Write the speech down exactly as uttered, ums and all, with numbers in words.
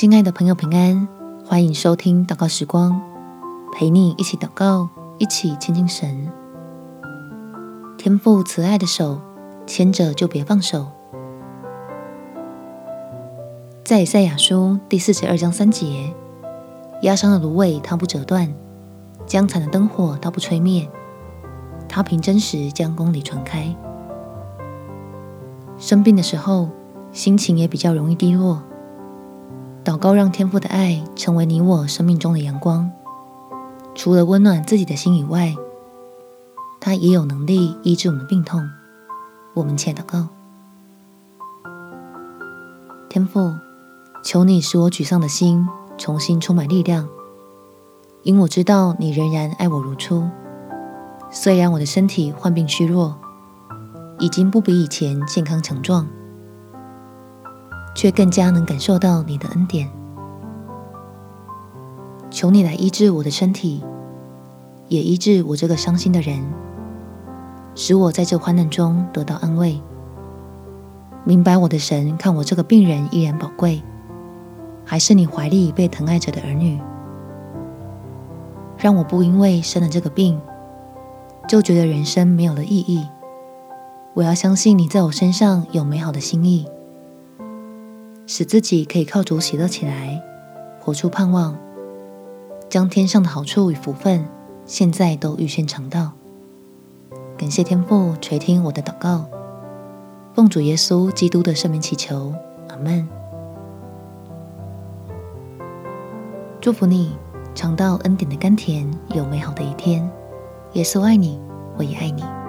亲爱的朋友平安，欢迎收听祷告时光，陪你一起祷告，一起亲近神。天父慈爱的手，牵着就别放手。在以赛亚书第四十二章三节，压伤的芦苇它不折断，将残的灯火它不吹灭，它凭真实将公理传开。生病的时候，心情也比较容易低落，祷告让天父的爱成为你我生命中的阳光，除了温暖自己的心以外，他也有能力医治我们的病痛。我们且祷告。天父，求你使我沮丧的心重新充满力量，因我知道你仍然爱我如初。虽然我的身体患病虚弱，已经不比以前健康强壮，却更加能感受到你的恩典。求你来医治我的身体，也医治我这个伤心的人，使我在这患难中得到安慰，明白我的神看我这个病人依然宝贵，还是你怀里被疼爱着的儿女。让我不因为生了这个病，就觉得人生没有了意义。我要相信你在我身上有美好的心意，使自己可以靠主喜乐起来，活出盼望，将天上的好处与福分现在都预先尝到。感谢天父垂听我的祷告，奉主耶稣基督的圣名祈求，阿们。祝福你尝到恩典的甘甜，有美好的一天。耶稣爱你，我也爱你。